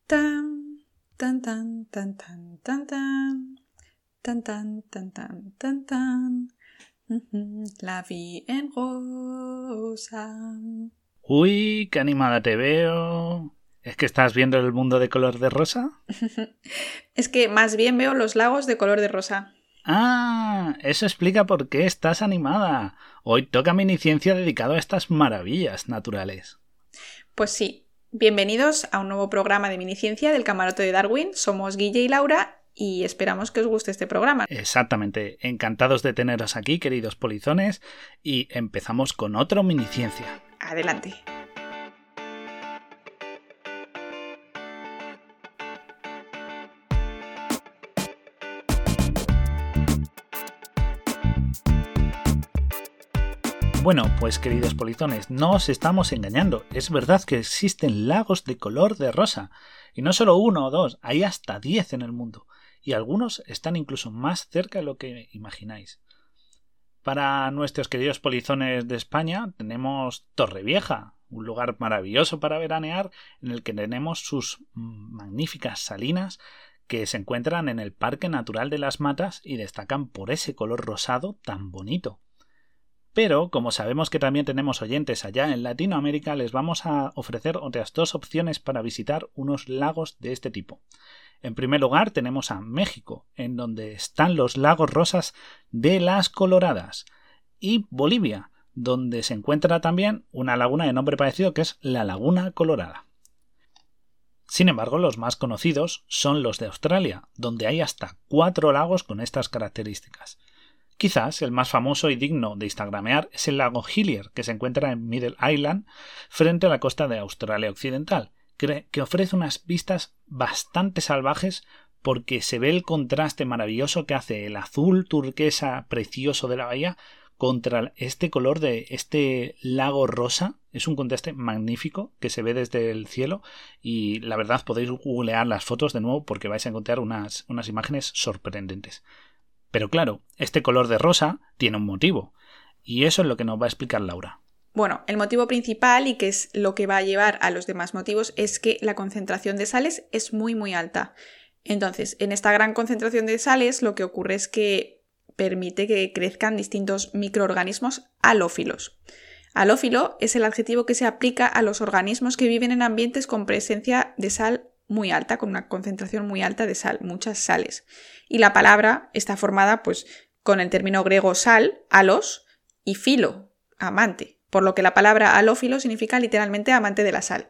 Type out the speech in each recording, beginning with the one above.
Tan, tan, tan, tan, tan, tan, tan, tan, tan, tan, tan, tan, tan. La vie en rosa. Uy, qué animada te veo. ¿Es que estás viendo el mundo de color de rosa? Es que más bien veo los lagos de color de rosa. Ah, eso explica por qué estás animada. Hoy toca miniciencia dedicado a estas maravillas naturales. Pues sí, bienvenidos a un nuevo programa de miniciencia del Camarote de Darwin. Somos Guille y Laura y esperamos que os guste este programa. Exactamente, encantados de teneros aquí, queridos polizones, y empezamos con otro miniciencia. Adelante. Bueno, pues queridos polizones, no os estamos engañando. Es verdad que existen lagos de color de rosa. Y no solo uno o dos, hay hasta 10 en el mundo. Y algunos están incluso más cerca de lo que imagináis. Para nuestros queridos polizones de España tenemos Torrevieja, un lugar maravilloso para veranear en el que tenemos sus magníficas salinas que se encuentran en el Parque Natural de las Matas y destacan por ese color rosado tan bonito. Pero, como sabemos que también tenemos oyentes allá en Latinoamérica, les vamos a ofrecer otras dos opciones para visitar unos lagos de este tipo. En primer lugar tenemos a México, en donde están los lagos rosas de las Coloradas, y Bolivia, donde se encuentra también una laguna de nombre parecido que es la Laguna Colorada. Sin embargo, los más conocidos son los de Australia, donde hay hasta 4 lagos con estas características. Quizás el más famoso y digno de instagramear es el lago Hillier, que se encuentra en Middle Island, frente a la costa de Australia Occidental, que ofrece unas vistas bastante salvajes porque se ve el contraste maravilloso que hace el azul turquesa precioso de la bahía contra este color de este lago rosa. Es un contraste magnífico que se ve desde el cielo y la verdad podéis googlear las fotos de nuevo porque vais a encontrar unas imágenes sorprendentes. Pero claro, este color de rosa tiene un motivo, y eso es lo que nos va a explicar Laura. Bueno, el motivo principal, y que es lo que va a llevar a los demás motivos, es que la concentración de sales es muy muy alta. Entonces, en esta gran concentración de sales, lo que ocurre es que permite que crezcan distintos microorganismos halófilos. Halófilo es el adjetivo que se aplica a los organismos que viven en ambientes con presencia de sal muy alta, con una concentración muy alta de sal, muchas sales. Y la palabra está formada pues con el término griego sal, halos, y filo, amante, por lo que la palabra halófilo significa literalmente amante de la sal.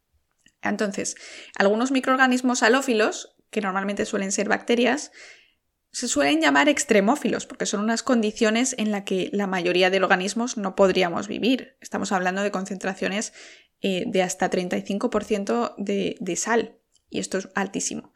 Entonces, algunos microorganismos halófilos, que normalmente suelen ser bacterias, se suelen llamar extremófilos porque son unas condiciones en las que la mayoría de organismos no podríamos vivir. Estamos hablando de concentraciones de hasta 35% de sal, y esto es altísimo.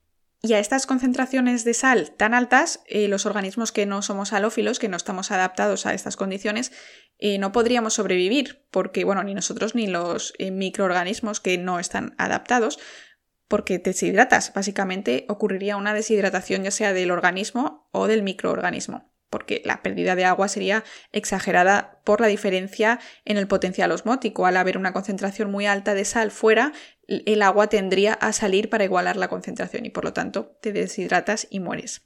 Y a estas concentraciones de sal tan altas, los organismos que no somos halófilos, que no estamos adaptados a estas condiciones, no podríamos sobrevivir, porque bueno, ni nosotros ni los microorganismos que no están adaptados, porque te deshidratas. Básicamente ocurriría una deshidratación ya sea del organismo o del microorganismo, porque la pérdida de agua sería exagerada por la diferencia en el potencial osmótico. Al haber una concentración muy alta de sal fuera, el agua tendría a salir para igualar la concentración y por lo tanto te deshidratas y mueres.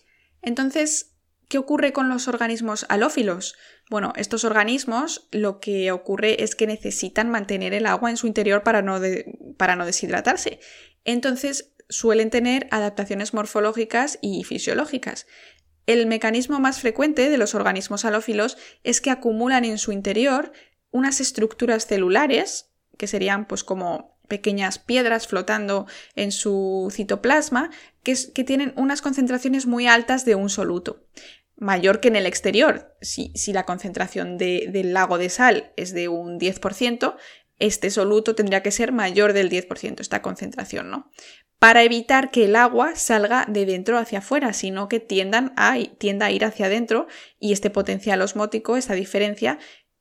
Entonces, ¿qué ocurre con los organismos halófilos? Bueno, estos organismos lo que ocurre es que necesitan mantener el agua en su interior para no deshidratarse. Entonces, suelen tener adaptaciones morfológicas y fisiológicas. El mecanismo más frecuente de los organismos halófilos es que acumulan en su interior unas estructuras celulares, que serían pues como pequeñas piedras flotando en su citoplasma, que tienen unas concentraciones muy altas de un soluto, mayor que en el exterior. Si la concentración del lago de sal es de un 10%, este soluto tendría que ser mayor del 10%, esta concentración, ¿no? Para evitar que el agua salga de dentro hacia afuera, sino que tienda a ir hacia adentro y este potencial osmótico, esta diferencia,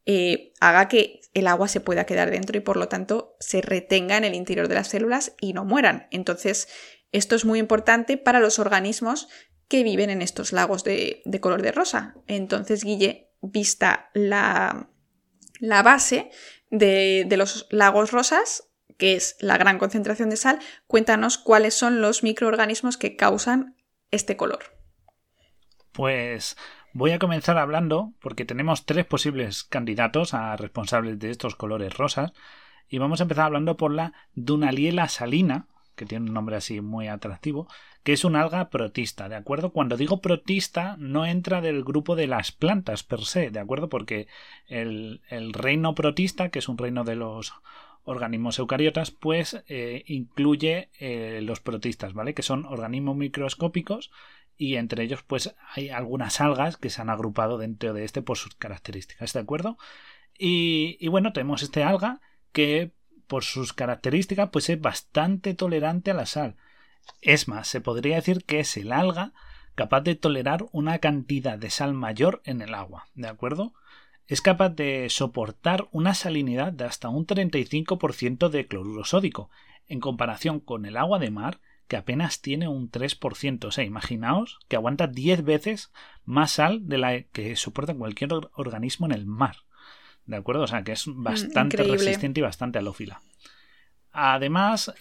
haga que el agua se pueda quedar dentro y por lo tanto se retenga en el interior de las células y no mueran. Entonces, esto es muy importante para los organismos que viven en estos lagos de color de rosa. Entonces, Guille, vista la base de los lagos rosas, que es la gran concentración de sal, cuéntanos cuáles son los microorganismos que causan este color. Pues voy a comenzar hablando, porque tenemos 3 posibles candidatos a responsables de estos colores rosas, y vamos a empezar hablando por la Dunaliella salina, que tiene un nombre así muy atractivo, que es una alga protista, ¿de acuerdo? Cuando digo protista, no entra del grupo de las plantas per se, ¿de acuerdo? Porque el reino protista, que es un reino de los organismos eucariotas, pues incluye los protistas, ¿vale? Que son organismos microscópicos y entre ellos pues hay algunas algas que se han agrupado dentro de este por sus características, ¿de acuerdo? Y bueno, tenemos este alga que por sus características pues es bastante tolerante a la sal. Es más, se podría decir que es el alga capaz de tolerar una cantidad de sal mayor en el agua, ¿de acuerdo? Es capaz de soportar una salinidad de hasta un 35% de cloruro sódico, en comparación con el agua de mar, que apenas tiene un 3%. O sea, imaginaos que aguanta 10 veces más sal de la que soporta cualquier organismo en el mar. ¿De acuerdo? O sea, que es bastante resistente y bastante halófila. Además,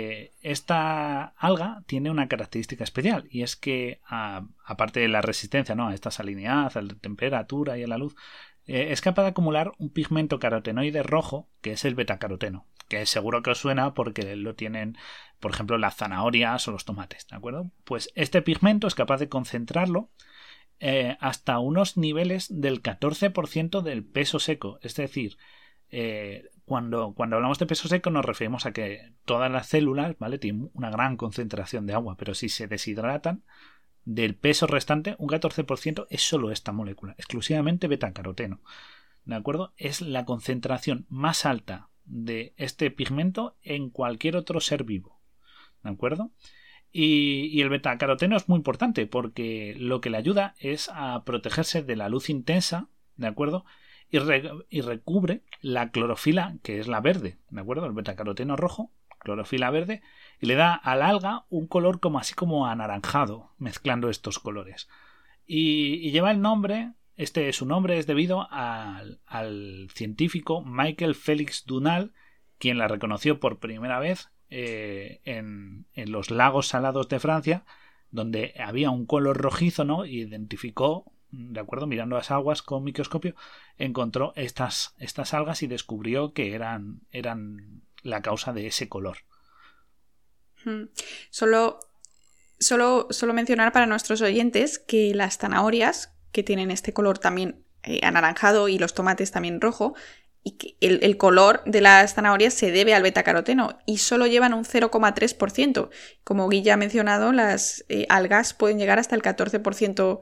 esta alga tiene una característica especial, y es que, aparte de la resistencia, ¿no?, a esta salinidad, a la temperatura y a la luz, es capaz de acumular un pigmento carotenoide rojo, que es el betacaroteno, que seguro que os suena porque lo tienen, por ejemplo, las zanahorias o los tomates, ¿de acuerdo? Pues este pigmento es capaz de concentrarlo hasta unos niveles del 14% del peso seco. Es decir, cuando hablamos de peso seco nos referimos a que todas las células, ¿vale?, tienen una gran concentración de agua, pero si se deshidratan, del peso restante, un 14% es solo esta molécula, exclusivamente betacaroteno, ¿de acuerdo? Es la concentración más alta de este pigmento en cualquier otro ser vivo, ¿de acuerdo? Y el betacaroteno es muy importante porque lo que le ayuda es a protegerse de la luz intensa, ¿de acuerdo? Y recubre la clorofila, que es la verde, ¿de acuerdo? El betacaroteno rojo, clorofila verde, y le da al alga un color así como anaranjado, mezclando estos colores. Y lleva el nombre, su nombre es debido al científico Michael Félix Dunal, quien la reconoció por primera vez en los lagos salados de Francia, donde había un color rojizo, ¿no? Y identificó, ¿de acuerdo?, mirando las aguas con microscopio, encontró estas algas y descubrió que eran la causa de ese color. Solo mencionar para nuestros oyentes que las zanahorias, que tienen este color también anaranjado, y los tomates también rojo, y que el color de las zanahorias se debe al betacaroteno y solo llevan un 0,3%. Como Guille ha mencionado, las algas pueden llegar hasta el 14%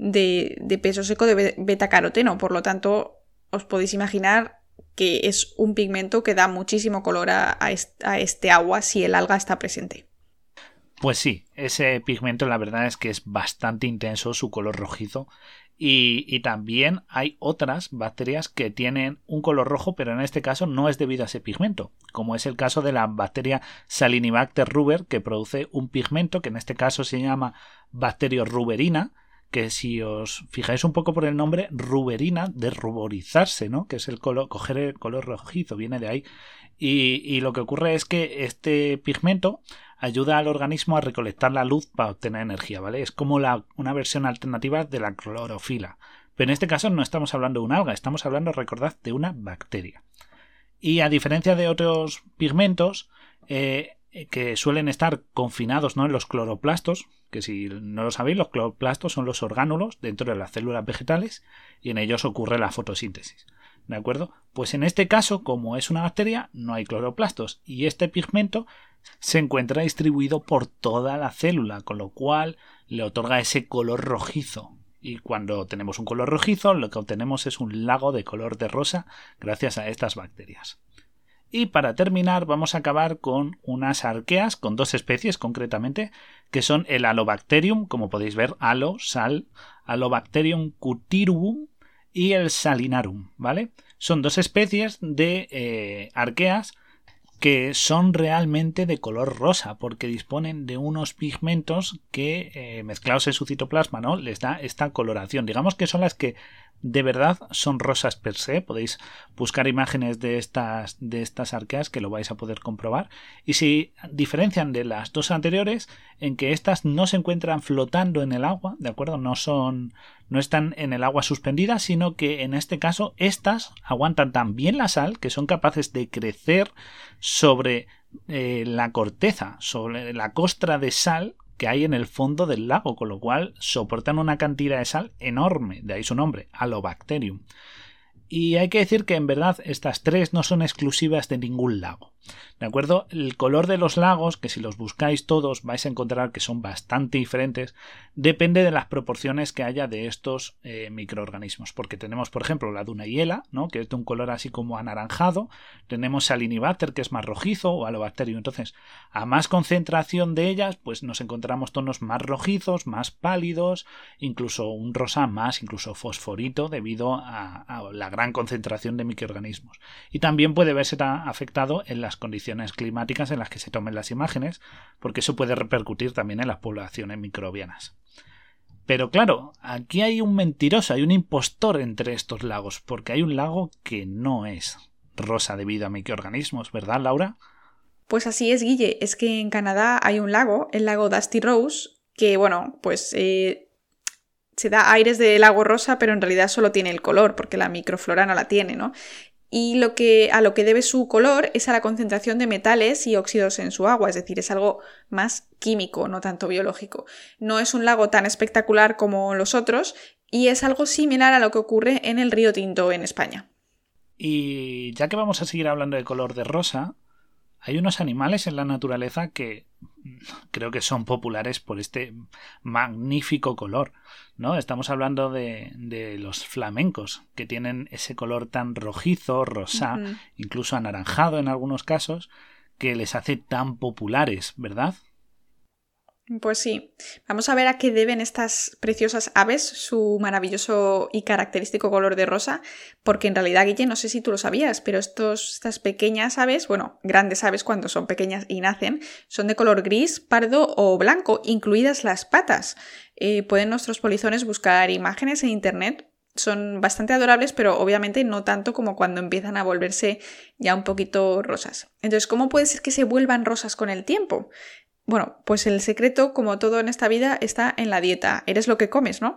de peso seco de betacaroteno, por lo tanto os podéis imaginar que es un pigmento que da muchísimo color a este agua si el alga está presente. Pues sí, ese pigmento la verdad es que es bastante intenso, su color rojizo, y también hay otras bacterias que tienen un color rojo, pero en este caso no es debido a ese pigmento, como es el caso de la bacteria Salinibacter ruber, que produce un pigmento que en este caso se llama bacterioruberina, que si os fijáis un poco por el nombre, ruberina, de ruborizarse, ¿no?, que es el color, coger el color rojizo, viene de ahí. Y lo que ocurre es que este pigmento ayuda al organismo a recolectar la luz para obtener energía, ¿vale? Es como una versión alternativa de la clorofila. Pero en este caso no estamos hablando de un alga, estamos hablando, recordad, de una bacteria. Y a diferencia de otros pigmentos que suelen estar confinados, ¿no?, en los cloroplastos, que si no lo sabéis, los cloroplastos son los orgánulos dentro de las células vegetales y en ellos ocurre la fotosíntesis, ¿de acuerdo? Pues en este caso, como es una bacteria, no hay cloroplastos y este pigmento se encuentra distribuido por toda la célula, con lo cual le otorga ese color rojizo. Y cuando tenemos un color rojizo, lo que obtenemos es un lago de color de rosa gracias a estas bacterias. Y para terminar vamos a acabar con unas arqueas, con 2 especies concretamente, que son el Halobacterium, como podéis ver, halo, sal, Halobacterium cutirubum y el Salinarum, ¿vale? Son 2 especies de arqueas que son realmente de color rosa, porque disponen de unos pigmentos que, mezclados en su citoplasma, ¿no?, les da esta coloración. Digamos que son las que de verdad son rosas per se. Podéis buscar imágenes de estas arqueas que lo vais a poder comprobar. Y se diferencian de las dos anteriores en que estas no se encuentran flotando en el agua, ¿de acuerdo? No están en el agua suspendidas, sino que en este caso estas aguantan tan bien la sal que son capaces de crecer sobre la corteza, sobre la costra de sal que hay en el fondo del lago, con lo cual soportan una cantidad de sal enorme, de ahí su nombre, Halobacterium. Y hay que decir que en verdad estas tres no son exclusivas de ningún lago. ¿De acuerdo? El color de los lagos, que si los buscáis todos vais a encontrar que son bastante diferentes, depende de las proporciones que haya de estos microorganismos. Porque tenemos, por ejemplo, la Dunayella, ¿no? Que es de un color así como anaranjado. Tenemos Salinibacter, que es más rojizo, o Halobacterium. Entonces, a más concentración de ellas, pues nos encontramos tonos más rojizos, más pálidos, incluso un rosa más, incluso fosforito, debido a la gran concentración de microorganismos. Y también puede verse afectado en las condiciones climáticas en las que se tomen las imágenes, porque eso puede repercutir también en las poblaciones microbianas. Pero claro, aquí hay un mentiroso, hay un impostor entre estos lagos, porque hay un lago que no es rosa debido a microorganismos, ¿verdad, Laura? Pues así es, Guille. Es que en Canadá hay un lago, el lago Dusty Rose, que bueno, pues se da aires de lago rosa, pero en realidad solo tiene el color, porque la microflora no la tiene, ¿no? Y a lo que debe su color es a la concentración de metales y óxidos en su agua, es decir, es algo más químico, no tanto biológico. No es un lago tan espectacular como los otros y es algo similar a lo que ocurre en el Río Tinto en España. Y ya que vamos a seguir hablando de color de rosa, hay unos animales en la naturaleza que creo que son populares por este magnífico color, ¿no? Estamos hablando de los flamencos, que tienen ese color tan rojizo, rosá, incluso anaranjado en algunos casos, que les hace tan populares, ¿verdad? Pues sí. Vamos a ver a qué deben estas preciosas aves su maravilloso y característico color de rosa, porque en realidad, Guille, no sé si tú lo sabías, pero estas pequeñas aves, bueno, grandes aves cuando son pequeñas y nacen, son de color gris, pardo o blanco, incluidas las patas. Pueden nuestros polizones buscar imágenes en internet. Son bastante adorables, pero obviamente no tanto como cuando empiezan a volverse ya un poquito rosas. Entonces, ¿cómo puede ser que se vuelvan rosas con el tiempo? Bueno, pues el secreto, como todo en esta vida, está en la dieta. Eres lo que comes, ¿no?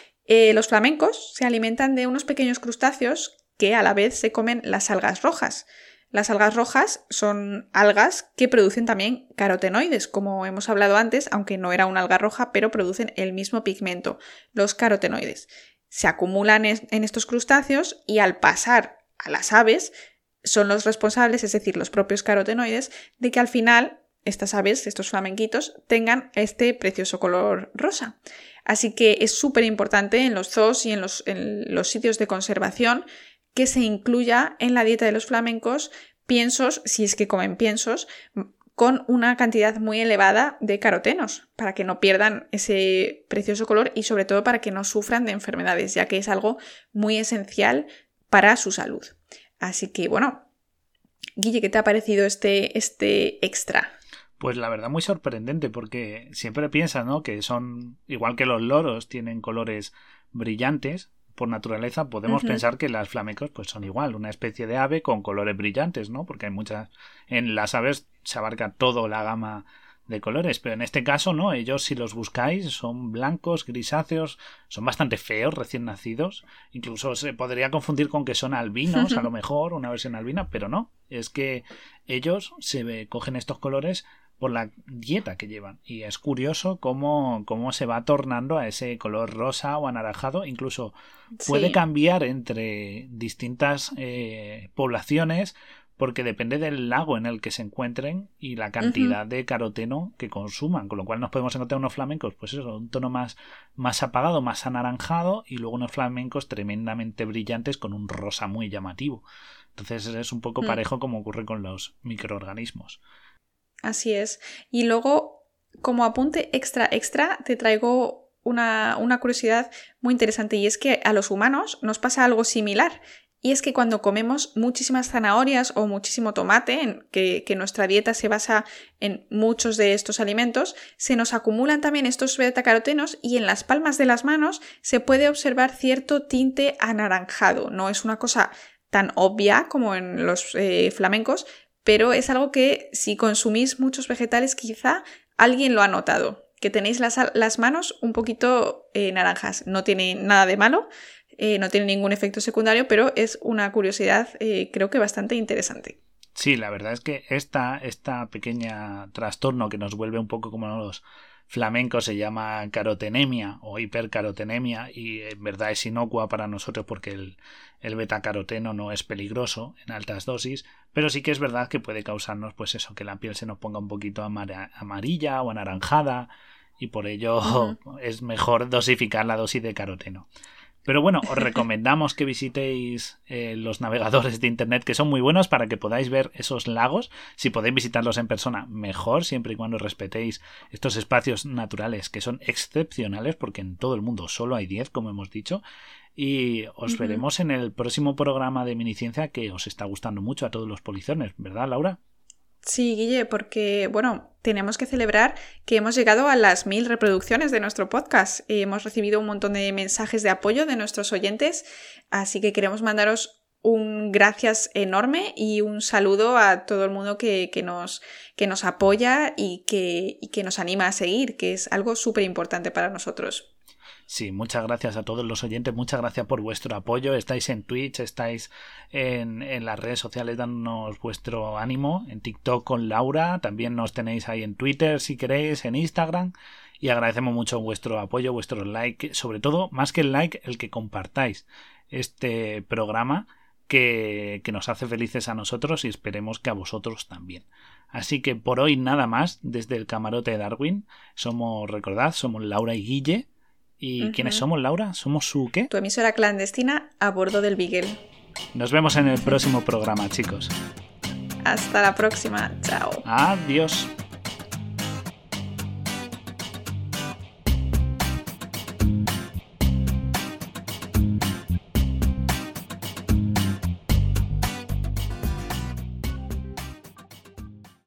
Los flamencos se alimentan de unos pequeños crustáceos que a la vez se comen las algas rojas. Las algas rojas son algas que producen también carotenoides, como hemos hablado antes, aunque no era una alga roja, pero producen el mismo pigmento, los carotenoides. Se acumulan en estos crustáceos y al pasar a las aves son los responsables, es decir, los propios carotenoides, de que al final estas aves, estos flamenquitos, tengan este precioso color rosa. Así que es súper importante en los zoos y en los sitios de conservación que se incluya en la dieta de los flamencos piensos, si es que comen piensos, con una cantidad muy elevada de carotenos, para que no pierdan ese precioso color y sobre todo para que no sufran de enfermedades, ya que es algo muy esencial para su salud. Así que bueno, Guille, ¿qué te ha parecido este extra? Pues la verdad muy sorprendente, porque siempre piensas, ¿no?, que son, igual que los loros, tienen colores brillantes. Por naturaleza podemos pensar que las flamencos pues son igual, una especie de ave con colores brillantes, ¿no? Porque hay muchas... En las aves se abarca toda la gama de colores, pero en este caso no, ellos si los buscáis son blancos, grisáceos, son bastante feos recién nacidos, incluso se podría confundir con que son albinos, a lo mejor, una versión albina, pero no, es que ellos se cogen estos colores por la dieta que llevan, y es curioso cómo se va tornando a ese color rosa o anaranjado, incluso puede cambiar entre distintas poblaciones, porque depende del lago en el que se encuentren y la cantidad de caroteno que consuman, con lo cual nos podemos encontrar unos flamencos, pues eso, un tono más apagado, más anaranjado, y luego unos flamencos tremendamente brillantes con un rosa muy llamativo. Entonces es un poco parejo como ocurre con los microorganismos. Así es. Y luego, como apunte extra, te traigo una curiosidad muy interesante, y es que a los humanos nos pasa algo similar. y es que cuando comemos muchísimas zanahorias o muchísimo tomate, que nuestra dieta se basa en muchos de estos alimentos, se nos acumulan también estos betacarotenos y en las palmas de las manos se puede observar cierto tinte anaranjado. No es una cosa tan obvia como en los flamencos, pero es algo que si consumís muchos vegetales quizá alguien lo ha notado, que tenéis las manos un poquito naranjas. No tiene nada de malo, no tiene ningún efecto secundario, pero es una curiosidad creo que bastante interesante. Sí, la verdad es que esta pequeña trastorno que nos vuelve un poco como los flamencos se llama carotenemia o hipercarotenemia y en verdad es inocua para nosotros porque el betacaroteno no es peligroso en altas dosis, pero sí que es verdad que puede causarnos pues eso, que la piel se nos ponga un poquito amarilla o anaranjada y por ello es mejor dosificar la dosis de caroteno. Pero bueno, os recomendamos que visitéis los navegadores de internet que son muy buenos para que podáis ver esos lagos. Si podéis visitarlos en persona, mejor, siempre y cuando respetéis estos espacios naturales que son excepcionales porque en todo el mundo solo hay 10, como hemos dicho. Y os veremos en el próximo programa de Miniciencia que os está gustando mucho a todos los polizones, ¿verdad, Laura? Sí, Guille, porque, bueno, tenemos que celebrar que hemos llegado a las 1000 reproducciones de nuestro podcast. Hemos recibido un montón de mensajes de apoyo de nuestros oyentes, así que queremos mandaros un gracias enorme y un saludo a todo el mundo que nos apoya y que nos anima a seguir, que es algo súper importante para nosotros. Sí, muchas gracias a todos los oyentes, muchas gracias por vuestro apoyo. Estáis en Twitch, estáis en las redes sociales dándonos vuestro ánimo, en TikTok con Laura, también nos tenéis ahí en Twitter si queréis, en Instagram, y agradecemos mucho vuestro apoyo, vuestro like, sobre todo, más que el like, el que compartáis este programa que nos hace felices a nosotros y esperemos que a vosotros también. Así que por hoy nada más desde el camarote de Darwin. Recordad, somos Laura y Guille. ¿Y quiénes somos, Laura? ¿Somos su qué? Tu emisora clandestina a bordo del Beagle. Nos vemos en el próximo programa, chicos. Hasta la próxima. Chao. Adiós.